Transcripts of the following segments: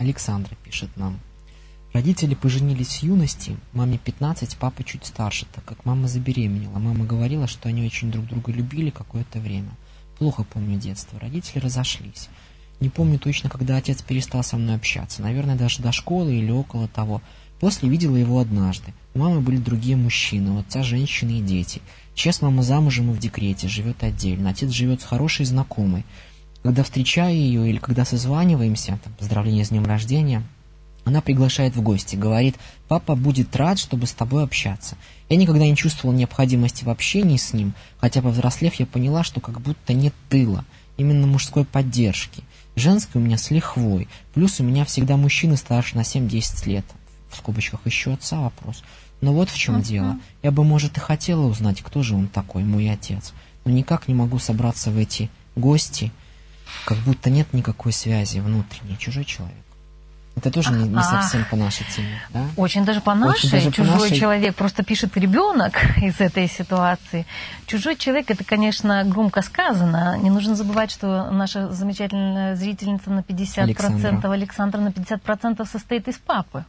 Александра пишет нам. Родители поженились в юности, маме 15, папа чуть старше, так как мама забеременела. Мама говорила, что они очень друг друга любили какое-то время. Плохо помню детство. Родители разошлись. Не помню точно, когда отец перестал со мной общаться. Наверное, даже до школы или около того. После видела его однажды. У мамы были другие мужчины, у отца женщины и дети. Сейчас мама замужем и в декрете, живет отдельно. Отец живет с хорошей знакомой. Когда встречаю ее или когда созваниваемся, поздравление с днем рождения, она приглашает в гости, говорит: «Папа будет рад, чтобы с тобой общаться». Я никогда не чувствовала необходимости в общении с ним, хотя, повзрослев, я поняла, что как будто нет тыла, именно мужской поддержки. Женской у меня с лихвой, плюс у меня всегда мужчины старше на 7-10 лет. В скобочках еще отца вопрос. Но вот в чем дело. Я бы, может, и хотела узнать, кто же он такой, мой отец. Но никак не могу собраться в эти гости, как будто нет никакой связи внутренней. Чужой человек. Это тоже не совсем по нашей теме, да? Очень даже по нашей. Чужой человек, просто пишет ребенок из этой ситуации. Чужой человек, это, конечно, громко сказано. Не нужно забывать, что наша замечательная зрительница на 50%, Александра на 50% состоит из папы.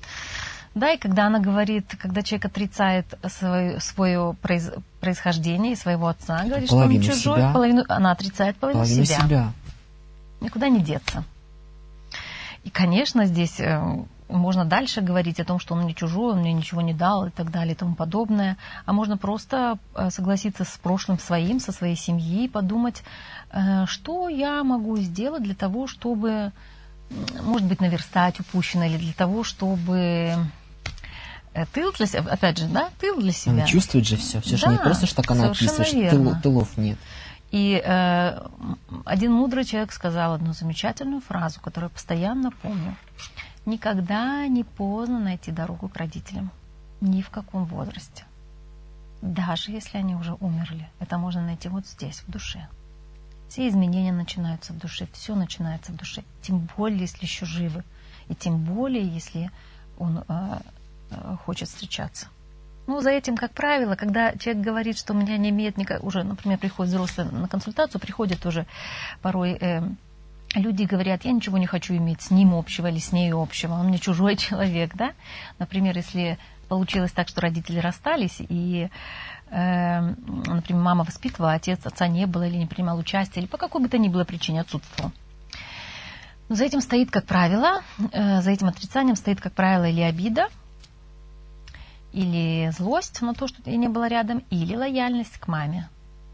Да, и когда она говорит, когда человек отрицает свое происхождение и своего отца, говорит, что он чужой, она отрицает половину себя. Никуда не деться. И, конечно, здесь можно дальше говорить о том, что он мне чужой, он мне ничего не дал и так далее и тому подобное. А можно просто согласиться с прошлым своим, со своей семьей, подумать, что я могу сделать для того, чтобы, может быть, наверстать упущенное, или для того, чтобы... Тыл для себя, опять же, да, тыл для себя. Она чувствует же все. Все же не просто, что так она описывает, что тылов нет. И один мудрый человек сказал одну замечательную фразу, которую я постоянно помню. Никогда не поздно найти дорогу к родителям. Ни в каком возрасте. Даже если они уже умерли. Это можно найти вот здесь, в душе. Все изменения начинаются в душе. Все начинается в душе. Тем более, если еще живы. И тем более, если он хочет встречаться. Ну, за этим, как правило, когда человек говорит, что у меня не имеет уже, например, приходит взрослый на консультацию, приходят уже порой люди говорят, я ничего не хочу иметь с ним общего или с ней общего, он мне чужой человек, да? Например, если получилось так, что родители расстались, и, например, мама воспитывала, отца не было или не принимал участия, или по какой бы то ни было причине отсутствовал. Но за этим стоит, как правило, за этим отрицанием стоит, как правило, или обида, или злость на то, что я не была рядом, или лояльность к маме.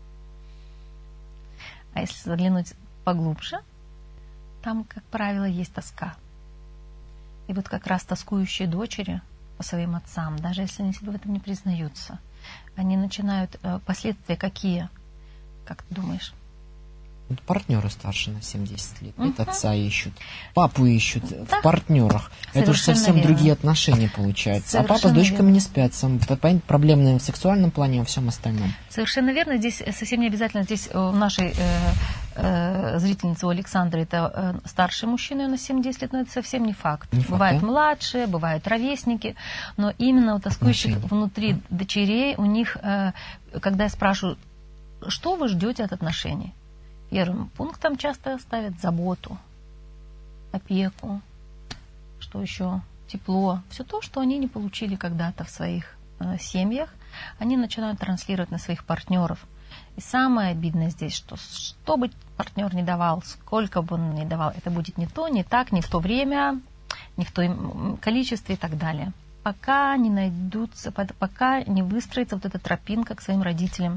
А если заглянуть поглубже, там, как правило, есть тоска. И вот как раз тоскующие дочери по своим отцам, даже если они себе в этом не признаются, они начинают... Последствия какие? Как ты думаешь? Партнеры старше на 7-10 лет. Нет, отца ищут. Папу ищут в партнерах. Это уже совсем другие отношения получаются. А папа с дочками не спят. Проблемные в сексуальном плане, во всем остальном. Совершенно верно. Здесь совсем не обязательно. Здесь у нашей зрительницы, у Александры, это старший мужчина на 7-10 лет, но это совсем не факт. Бывают младшие, бывают ровесники, но именно у тоскующих внутри дочерей, у них, когда я спрашиваю, что вы ждете от отношений? Первым пунктом часто ставят заботу, опеку, что еще, тепло. Все то, что они не получили когда-то в своих семьях, они начинают транслировать на своих партнеров. И самое обидное здесь, что бы партнер не давал, сколько бы он ни давал, это будет не то, не так, не в то время, не в том количестве и так далее. Пока не найдутся, пока не выстроится вот эта тропинка к своим родителям.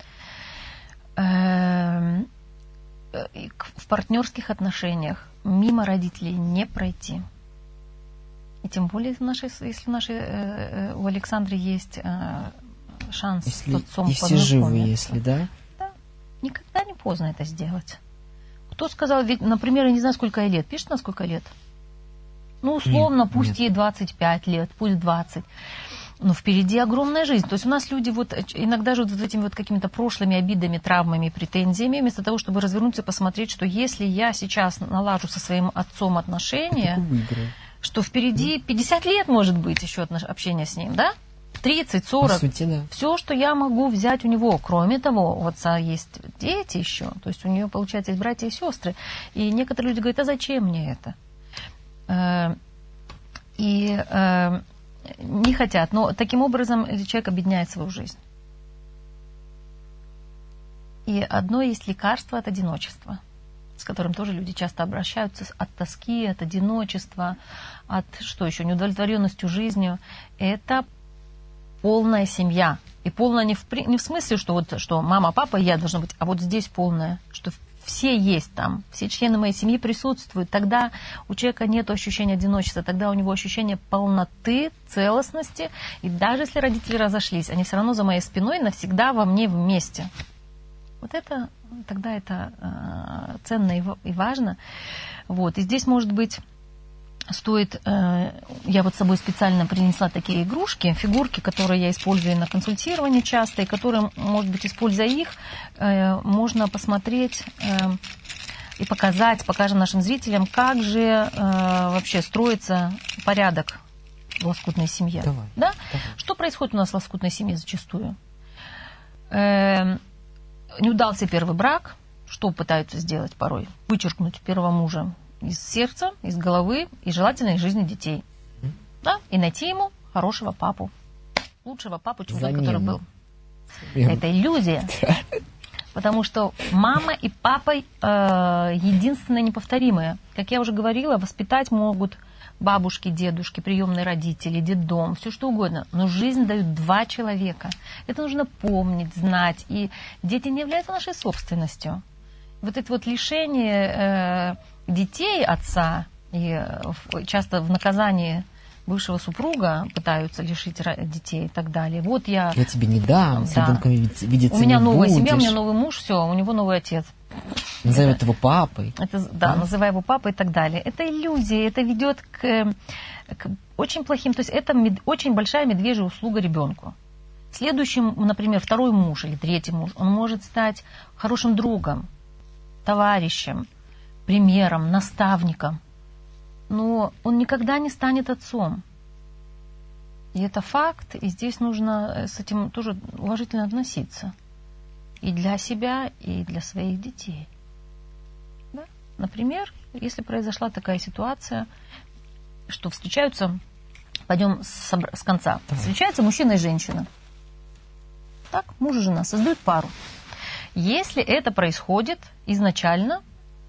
В партнерских отношениях мимо родителей не пройти. И тем более, если у Александры есть шанс с отцом познакомиться. Все живы, если, да? Да. Никогда не поздно это сделать. Кто сказал, ведь, например, я не знаю, сколько ей лет. Пишет, на сколько лет? Ну, условно, пусть ей 25 лет, пусть 20. Но впереди огромная жизнь. То есть у нас люди вот иногда живут вот этими вот какими-то прошлыми обидами, травмами, претензиями, вместо того, чтобы развернуться и посмотреть, что если я сейчас налажу со своим отцом отношения, что впереди 50 лет, может быть, еще общения с ним, да? 30, 40. По сути, да. Все, что я могу взять у него. Кроме того, у отца есть дети еще. То есть у нее, получается, есть братья и сестры. И некоторые люди говорят, а зачем мне это? И не хотят. Но таким образом человек обедняет свою жизнь. И одно есть лекарство от одиночества, с которым тоже люди часто обращаются, от тоски, от одиночества, от, что еще, неудовлетворенностью жизнью. Это полная семья. И полная не в смысле, что мама, папа и я должны быть, а вот здесь полная, что все есть там, все члены моей семьи присутствуют. Тогда у человека нет ощущения одиночества, тогда у него ощущение полноты, целостности. И даже если родители разошлись, они все равно за моей спиной навсегда во мне вместе. Вот это, тогда это ценно и важно. Вот. И здесь, может быть, стоит... Я вот с собой специально принесла такие игрушки, фигурки, которые я использую на консультировании часто, и которые, может быть, используя их, можно посмотреть и покажем нашим зрителям, как же вообще строится порядок в лоскутной семье. Давай, да? давай. Что происходит у нас в лоскутной семье зачастую? Не удался первый брак. Что пытаются сделать порой? Вычеркнуть первого мужа из сердца, из головы и желательно из жизни детей. Да? И найти ему хорошего папу. Лучшего папу, чем тот, который был. Это иллюзия. Потому что мама и папа единственное неповторимое. Как я уже говорила, воспитать могут бабушки, дедушки, приемные родители, детдом, все что угодно. Но жизнь дают два человека. Это нужно помнить, знать. И дети не являются нашей собственностью. Вот это вот лишение детей отца, и часто в наказании бывшего супруга пытаются лишить детей и так далее. Вот я тебе не дам, с ребенком видеться не будешь. У меня новая семья, у меня новый муж, все, у него новый отец. Назовет его папой. Называй его папой и так далее. Это иллюзия, это ведет к очень плохим, то есть это очень большая медвежья услуга ребенку. Следующим, например, второй муж или третий муж, он может стать хорошим другом, товарищем, примером, наставником. Но он никогда не станет отцом. И это факт, и здесь нужно с этим тоже уважительно относиться. И для себя, и для своих детей. Да? Например, если произошла такая ситуация, что встречаются, пойдем с конца, встречаются мужчина и женщина. Так, муж и жена создают пару. Если это происходит изначально,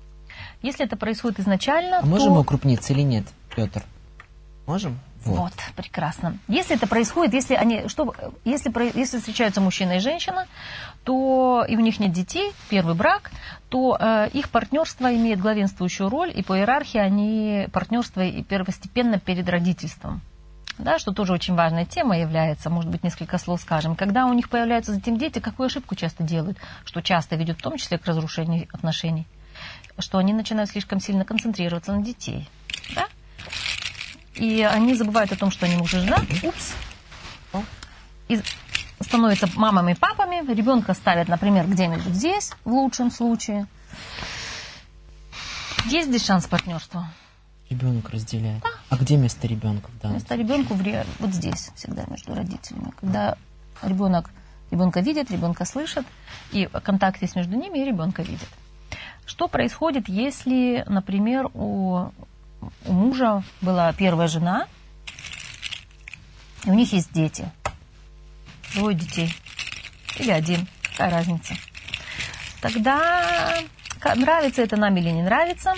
а то... можем укрупниться или нет, Петр? Можем? Вот, прекрасно. Если это происходит, если встречаются мужчина и женщина, то и у них нет детей, первый брак, то их партнерство имеет главенствующую роль, и по иерархии партнерство и первостепенно перед родительством. Да, что тоже очень важная тема является, может быть, несколько слов скажем. Когда у них появляются затем дети, какую ошибку часто делают, что часто ведет в том числе к разрушению отношений, что они начинают слишком сильно концентрироваться на детей. Да? И они забывают о том, что они муж и жена. И становятся мамами и папами. Ребенка ставят, например, где-нибудь здесь, в лучшем случае. Есть здесь шанс партнерства? Ребенок разделяет. Да. А где место ребенка? Место ребенка вот здесь, всегда между родителями. Когда ребенка видит, ребенка слышит, и контакт есть между ними, и ребенка видит. Что происходит, если, например, у мужа была первая жена, и у них есть дети. 2 детей. Или 1. Какая разница? Тогда нравится это нам или не нравится,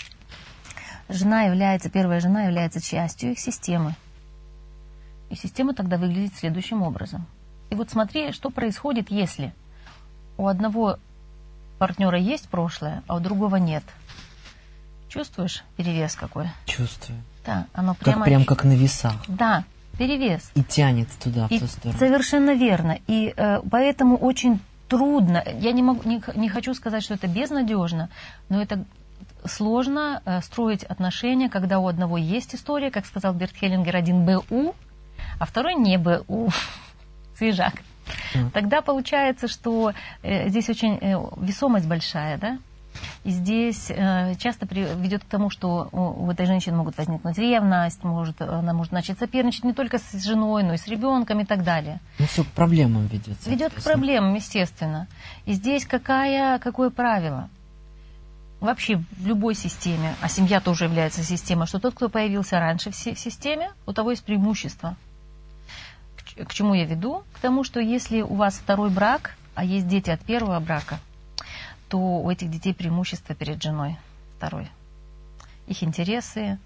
первая жена является частью их системы. И система тогда выглядит следующим образом. И вот смотри, что происходит, если у одного партнера есть прошлое, а у другого нет. Чувствуешь перевес какой? Чувствую. Да, оно прямо... Прям как на весах. Да, перевес. И тянет туда, в ту сторону. Совершенно верно. И поэтому очень трудно. Я не хочу сказать, что это безнадежно, но это сложно строить отношения, когда у одного есть история, как сказал Берт Хеллингер, один БУ, а второй не БУ. Свежак. Тогда получается, что здесь очень весомость большая, да? И здесь часто ведет к тому, что у этой женщины могут возникнуть ревность, она может начать соперничать не только с женой, но и с ребенком и так далее. Ну, все к проблемам ведет. Ведет к проблемам, естественно. И здесь какое правило? вообще в любой системе, а семья тоже является системой, что тот, кто появился раньше в системе, у того есть преимущество. К чему я веду? К тому, что если у вас второй брак, а есть дети от первого брака, то у этих детей преимущество перед женой второй. Их интересы,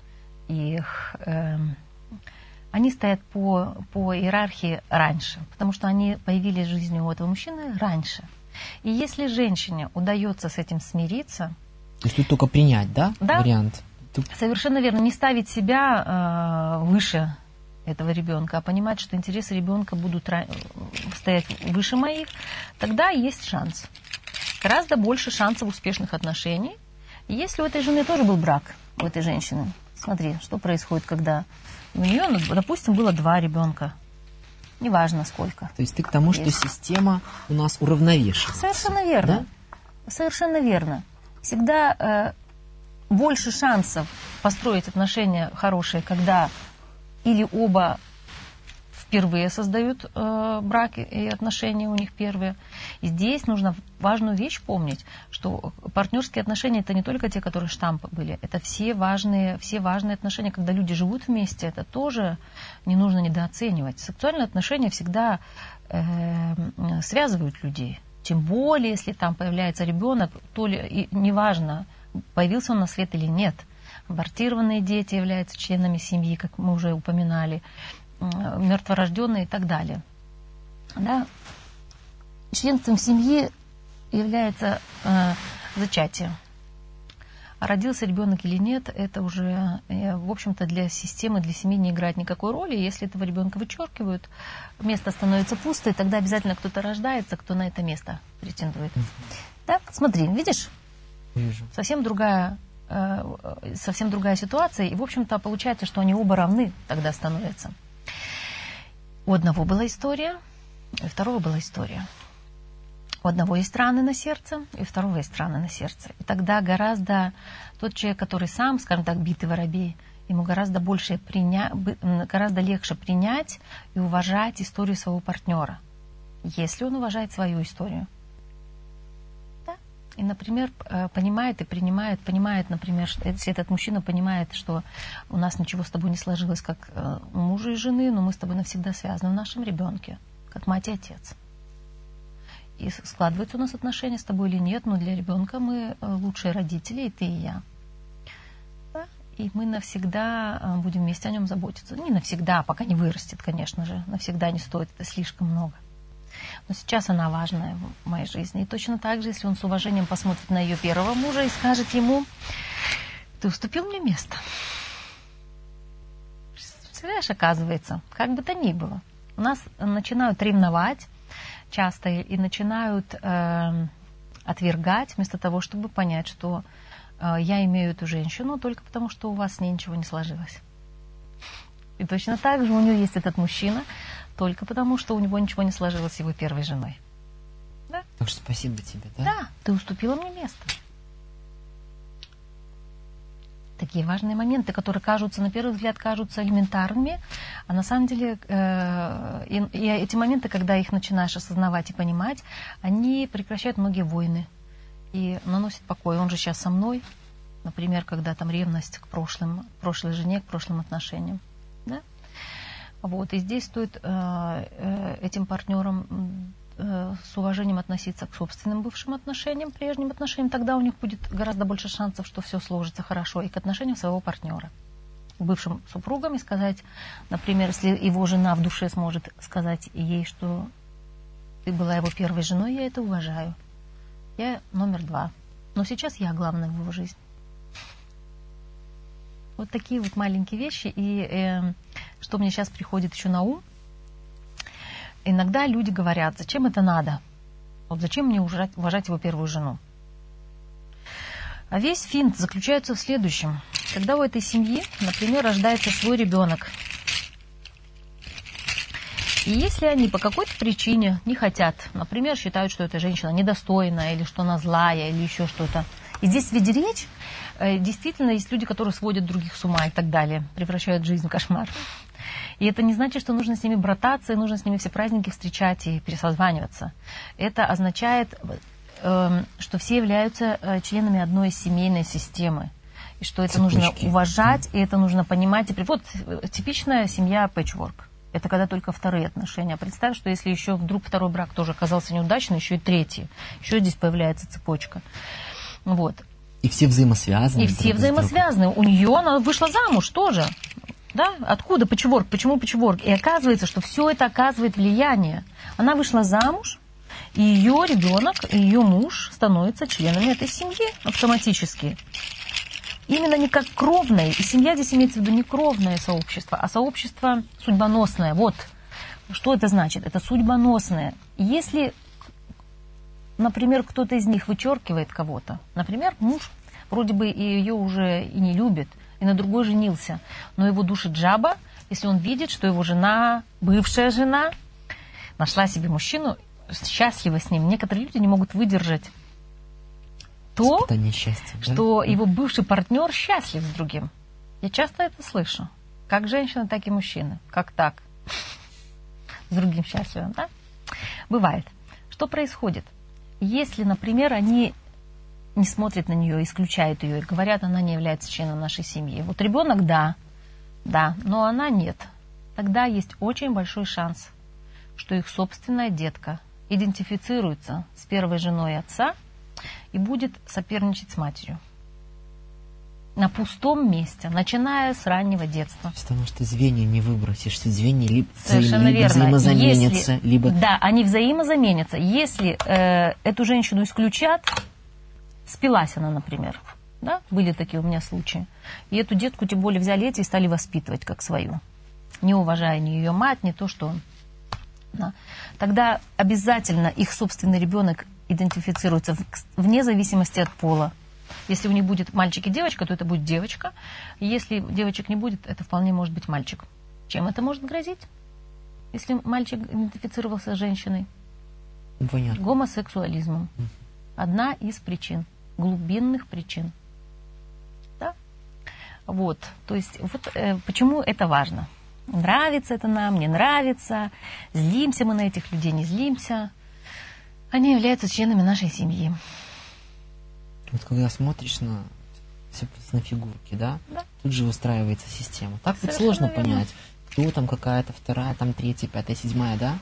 они стоят по иерархии раньше, потому что они появились в жизни у этого мужчины раньше. И если женщине удается с этим смириться... То есть тут только принять, да, вариант? Совершенно верно. Не ставить себя выше этого ребенка, а понимать, что интересы ребенка будут стоять выше моих, тогда есть шанс. Гораздо больше шансов успешных отношений. И если у этой жены тоже был брак, у этой женщины, смотри, что происходит, когда у нее, допустим, было 2 ребенка. Неважно сколько. То есть ты к тому, что система у нас уравновешивается. Совершенно верно. Да? Совершенно верно. Всегда больше шансов построить отношения хорошие, когда или оба впервые создают брак и отношения у них первые. И здесь нужно важную вещь помнить, что партнерские отношения это не только те, которые штампы были, это все важные отношения, когда люди живут вместе, это тоже не нужно недооценивать. Сексуальные отношения всегда связывают людей. Тем более, если там появляется ребенок, то ли неважно, появился он на свет или нет. Абортированные дети являются членами семьи, как мы уже упоминали, мертворожденные и так далее. Да? Членством семьи является зачатие. А родился ребенок или нет, это уже, в общем-то, для системы, для семьи не играет никакой роли. Если этого ребенка вычеркивают, место становится пусто, и тогда обязательно кто-то рождается, кто на это место претендует. Так, смотри, видишь? Вижу. Совсем другая ситуация, и, в общем-то, получается, что они оба равны тогда становятся. У одного была история, у второго была история. У одного есть раны на сердце, и у второго есть раны на сердце. И тогда гораздо тот человек, который сам, скажем так, битый воробей, ему гораздо легче принять и уважать историю своего партнера, если он уважает свою историю. Да? И, например, понимает, например, что если этот мужчина понимает, что у нас ничего с тобой не сложилось, как у мужа и жены, но мы с тобой навсегда связаны в нашем ребенке, как мать и отец. И складываются у нас отношения с тобой или нет, но для ребенка мы лучшие родители, и ты, и я. Да? И мы навсегда будем вместе о нем заботиться. Не навсегда, пока не вырастет, конечно же. Навсегда не стоит, это слишком много. Но сейчас она важная в моей жизни. И точно так же, если он с уважением посмотрит на ее первого мужа и скажет ему: ты уступил мне место. Представляешь, оказывается, как бы то ни было. У нас начинают ревновать часто и начинают отвергать, вместо того, чтобы понять, что я имею эту женщину только потому, что у вас с ней ничего не сложилось. И точно так же у нее есть этот мужчина только потому, что у него ничего не сложилось с его первой женой. Да? Так что спасибо тебе, да? Да, ты уступила мне место. Такие важные моменты, которые кажутся, на первый взгляд, кажутся элементарными, а на самом деле и эти моменты, когда их начинаешь осознавать и понимать, они прекращают многие войны и наносят покой. Он же сейчас со мной, например, когда там ревность к прошлой жене, к прошлым отношениям. Да? Вот, и здесь стоит этим партнерам с уважением относиться к собственным бывшим отношениям, прежним отношениям, тогда у них будет гораздо больше шансов, что все сложится хорошо, и к отношениям своего партнера, к бывшим супругам, и сказать, например, если его жена в душе сможет сказать ей, что ты была его первой женой, я это уважаю. Я номер 2. Но сейчас я главная в его жизни. Вот такие вот маленькие вещи. И что мне сейчас приходит еще на ум, иногда люди говорят: зачем это надо? Вот зачем мне уважать его первую жену? А весь финт заключается в следующем. Когда у этой семьи, например, рождается свой ребенок, и если они по какой-то причине не хотят, например, считают, что эта женщина недостойна, или что она злая, или еще что-то, и здесь ведь речь, действительно, есть люди, которые сводят других с ума и так далее, превращают жизнь в кошмар. И это не значит, что нужно с ними брататься, и нужно с ними все праздники встречать и пересозваниваться. Это означает что все являются членами одной семейной системы. И что это Цепочки. нужно уважать, и это нужно понимать. И вот типичная семья пэтчворк. Это когда только вторые отношения. Представь, что если еще вдруг второй брак тоже оказался неудачным, еще и третий. Еще здесь появляется цепочка. Вот. И все взаимосвязаны. И все взаимосвязаны. У нее она вышла замуж тоже. Да? Откуда пэтчворк? Почему пэтчворк? И оказывается, что все это оказывает влияние. Она вышла замуж, и ее ребенок, и ее муж становятся членами этой семьи автоматически. Именно не как кровное. И семья здесь имеется в виду не кровное сообщество, а сообщество судьбоносное. Вот. Что это значит? Это судьбоносное. Если, например, кто-то из них вычеркивает кого-то, например, муж вроде бы и ее уже и не любит, и на другой женился, но его душит жаба, если он видит, что его жена, бывшая жена, нашла себе мужчину, счастлива с ним. Некоторые люди не могут выдержать то, счастья, да? что его бывший партнер счастлив с другим. Я часто это слышу. Как женщины, так и мужчины. Как так? С другим счастливым, да? Бывает. Что происходит? Если, например, они не смотрят на нее, исключают ее и говорят, она не является членом нашей семьи. Вот ребенок, да, но она нет. Тогда есть очень большой шанс, что их собственная детка идентифицируется с первой женой отца и будет соперничать с матерью. На пустом месте, начиная с раннего детства. Потому что звенья не выбросишь, звенья либо взаимозаменятся. Либо... Да, они взаимозаменятся. Если эту женщину исключат, спилась она, например. Да? Были такие у меня случаи. И эту детку тем более взяли эти и стали воспитывать как свою. Не уважая ни ее мать, ни то, что он. Да. Тогда обязательно их собственный ребенок идентифицируется вне зависимости от пола. Если у них будет мальчик и девочка, то это будет девочка. Если девочек не будет, это вполне может быть мальчик. Чем это может грозить? Если мальчик идентифицировался с женщиной? Понятно. Гомосексуализмом. Одна из причин. Глубинных причин. Да? Вот. То есть, вот почему это важно. Нравится это нам, не нравится. Злимся мы на этих людей, не злимся. Они являются членами нашей семьи. Вот когда смотришь на фигурки, да? Тут же выстраивается система. Так вот сложно понять, кто там какая-то вторая, там третья, пятая, седьмая, да?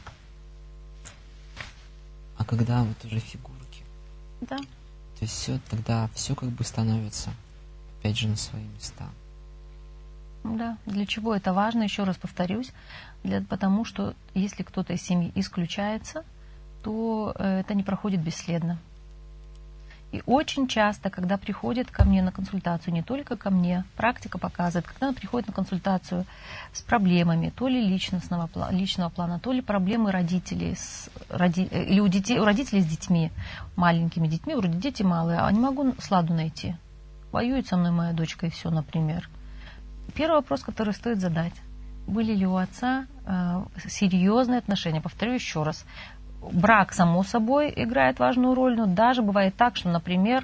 А когда вот уже фигурки. Да. То есть все, тогда все как бы становится опять же на свои места. Да. Для чего это важно? Еще раз повторюсь. Потому что если кто-то из семьи исключается, то это не проходит бесследно. И очень часто, когда приходят ко мне на консультацию, не только ко мне, практика показывает, когда она приходит на консультацию с проблемами, то ли личного плана, то ли проблемы родителей, или у родителей с детьми, маленькими детьми, вроде дети малые, а не могу сладу найти. Воюет со мной моя дочка и все, например. Первый вопрос, который стоит задать. Были ли у отца серьезные отношения? Повторю еще раз. Брак, само собой, играет важную роль, но даже бывает так, что, например,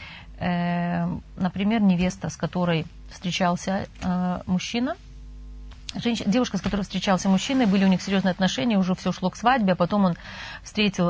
невеста, с которой встречался мужчина, девушка, с которой встречался мужчина, были у них серьезные отношения, уже все шло к свадьбе, а потом он встретил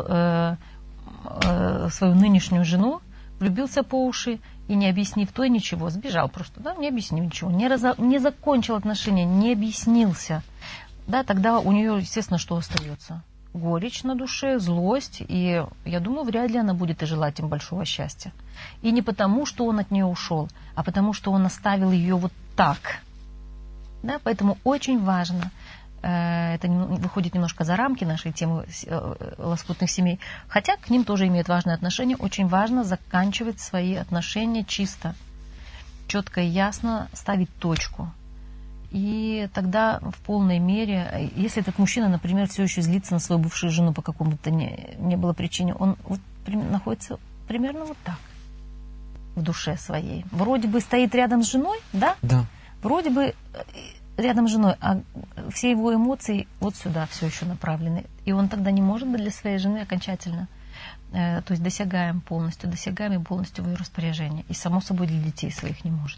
свою нынешнюю жену, влюбился по уши и, не объяснив той ничего, сбежал просто, да, не объяснив ничего, не закончил отношения, не объяснился, да, тогда у нее, естественно, что остается? Горечь на душе, злость, и я думаю, вряд ли она будет и желать им большого счастья. И не потому, что он от нее ушел, а потому, что он оставил ее вот так. Да? Поэтому очень важно, это выходит немножко за рамки нашей темы лоскутных семей, хотя к ним тоже имеют важное отношение, очень важно заканчивать свои отношения чисто, четко и ясно ставить точку. И тогда в полной мере, если этот мужчина, например, все еще злится на свою бывшую жену по какому-то не было причине, он вот находится примерно вот так в душе своей. Вроде бы стоит рядом с женой, да? Да. Вроде бы рядом с женой, а все его эмоции вот сюда все еще направлены. И он тогда не может быть для своей жены окончательно, то есть досягаем и полностью в ее распоряжении. И само собой для детей своих не может.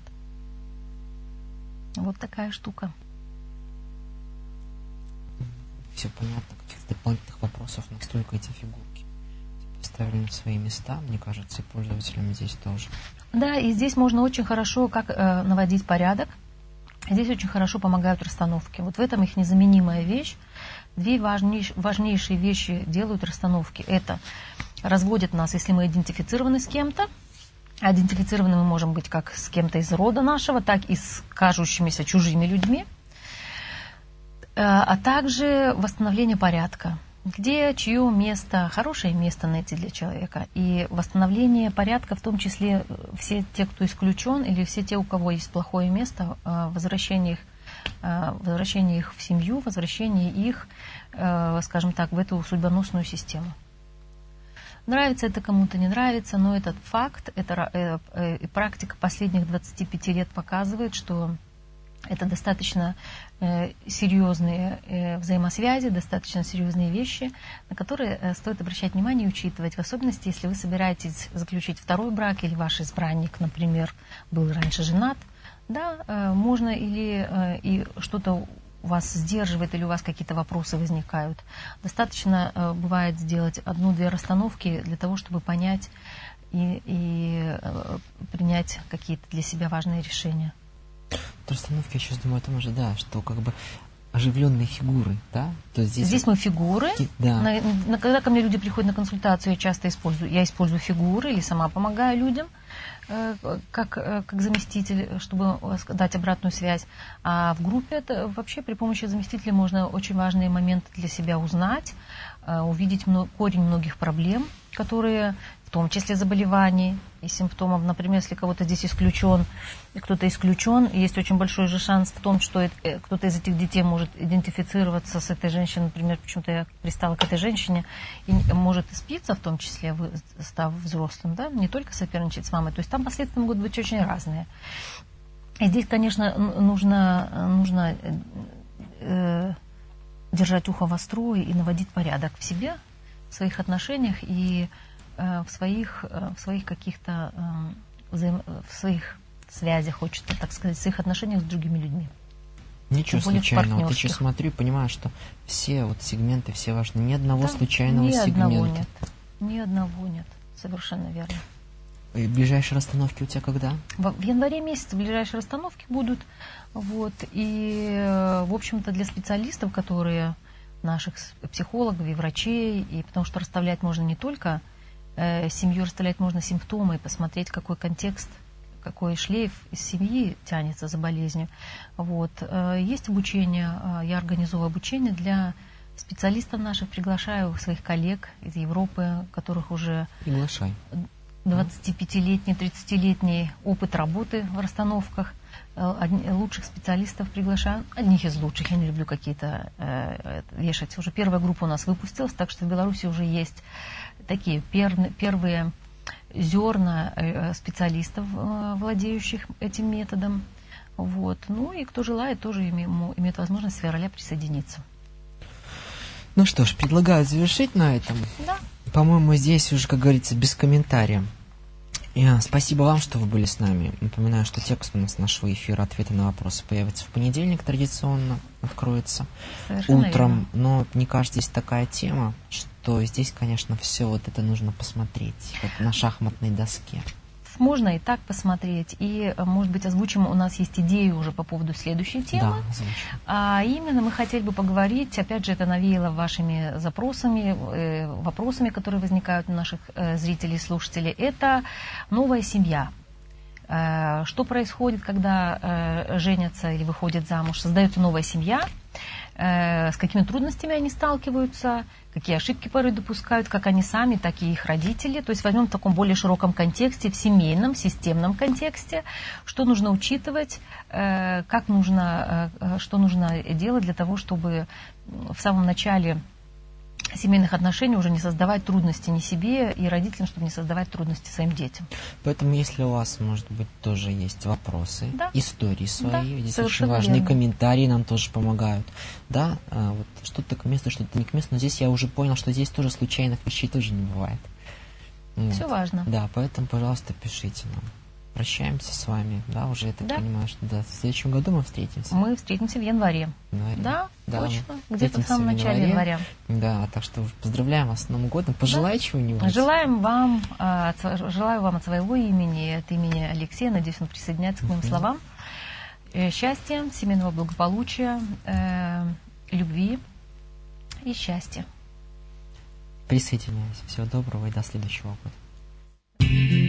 Вот такая штука. Все понятно, каких-то дополнительных вопросов, настолько эти фигурки. расставлены в свои места, мне кажется, и пользователям здесь тоже. Да, и здесь можно очень хорошо наводить порядок. Здесь очень хорошо помогают расстановки. Вот в этом их незаменимая вещь. Две важнейшие вещи делают расстановки. Это разводят нас, если мы идентифицированы с кем-то. А идентифицированы мы можем быть как с кем-то из рода нашего, так и с кажущимися чужими людьми. А также восстановление порядка. Где, чье место, хорошее место найти для человека. И восстановление порядка, в том числе все те, кто исключен, или все те, у кого есть плохое место, возвращение их в семью, возвращение их, скажем так, в эту судьбоносную систему. Нравится это кому-то, не нравится, но этот факт, практика последних 25 лет показывает, что это достаточно серьезные взаимосвязи, достаточно серьезные вещи, на которые стоит обращать внимание и учитывать. В особенности, если вы собираетесь заключить второй брак, или ваш избранник, например, был раньше женат, да, можно и что-то вас сдерживает, или у вас какие-то вопросы возникают. Достаточно бывает сделать 1-2 расстановки для того, чтобы понять и принять какие-то для себя важные решения. Расстановки, я сейчас думаю о том же, да, что как бы оживленные фигуры, да? То здесь мы фигуры. Да. Когда ко мне люди приходят на консультацию, я использую фигуры или сама помогаю людям как заместитель, чтобы дать обратную связь. А в группе это вообще при помощи заместителя можно очень важные моменты для себя узнать, увидеть корень многих проблем, которые в том числе заболеваний и симптомов. Например, если кого-то здесь исключен, кто-то исключен, есть очень большой же шанс в том, что кто-то из этих детей может идентифицироваться с этой женщиной. Например, почему-то я пристала к этой женщине, и может и спиться, в том числе, став взрослым, да, не только соперничать с мамой. То есть там последствия могут быть очень разные. И здесь, конечно, нужно держать ухо востро и наводить порядок в себе, в своих отношениях и в своих каких-то в своих связях, хочется так сказать, в своих отношениях с другими людьми. Ничего случайного. Вот я сейчас смотрю и понимаю, что все вот сегменты, все важны. Ни одного случайного сегмента. Ни одного нет. Совершенно верно. И ближайшие расстановки у тебя когда? В январе месяце ближайшие расстановки будут. Вот. И, в общем-то, для специалистов, которые наших психологов и врачей, и потому что расставлять можно не только семью, расставлять можно симптомы и посмотреть, какой контекст, какой шлейф из семьи тянется за болезнью. Вот. Есть обучение, я организовываю обучение для специалистов наших, приглашаю своих коллег из Европы, которых уже 25-летний, 30-летний опыт работы в расстановках. Лучших специалистов приглашаю, одних из лучших, я не люблю какие-то вешать. Уже первая группа у нас выпустилась, так что в Беларуси уже есть такие первые зерна специалистов, владеющих этим методом. Вот. Ну и кто желает, тоже имеет возможность с февраля присоединиться. Ну что ж, предлагаю завершить на этом. Да. По-моему, здесь уже, как говорится, без комментариев. Спасибо вам, что вы были с нами. Напоминаю, что текст у нас нашего эфира «Ответы на вопросы» появится в понедельник, традиционно откроется совершенно утром. Верно. Но мне кажется, здесь такая тема, что здесь, конечно, все вот это нужно посмотреть, как на шахматной доске. Можно и так посмотреть. И, может быть, озвучим, у нас есть идеи уже по поводу следующей темы. Да, озвучим. А именно мы хотели бы поговорить, опять же, это навеяло вашими запросами, вопросами, которые возникают у наших зрителей и слушателей. Это новая семья. Что происходит, когда женятся или выходят замуж, создается новая семья, с какими трудностями они сталкиваются, какие ошибки порой допускают, как они сами, так и их родители. То есть возьмем в таком более широком контексте, в семейном, системном контексте, что нужно учитывать, что нужно делать для того, чтобы в самом начале семейных отношений уже не создавать трудности ни себе и родителям, чтобы не создавать трудности своим детям. Поэтому, если у вас, может быть, тоже есть вопросы, да. истории свои, да, здесь очень важные верно. комментарии нам тоже помогают. Да, вот что-то к месту, что-то не к месту, но здесь я уже понял, что здесь тоже случайных вещей тоже не бывает. Все важно. Да, поэтому, пожалуйста, пишите нам. прощаемся с вами, да, уже я так Да. понимаю, что да, в следующем году мы встретимся. Мы встретимся в январе. Да, Да, точно. мы Где-то в встретимся самом начале января. Да, так что поздравляем вас с Новым годом. Пожелай чего-нибудь. Желаю вам от своего имени, от имени Алексея, надеюсь, он присоединяется к моим словам, счастья, семейного благополучия, любви и счастья. Присоединяюсь. Всего доброго и до следующего года.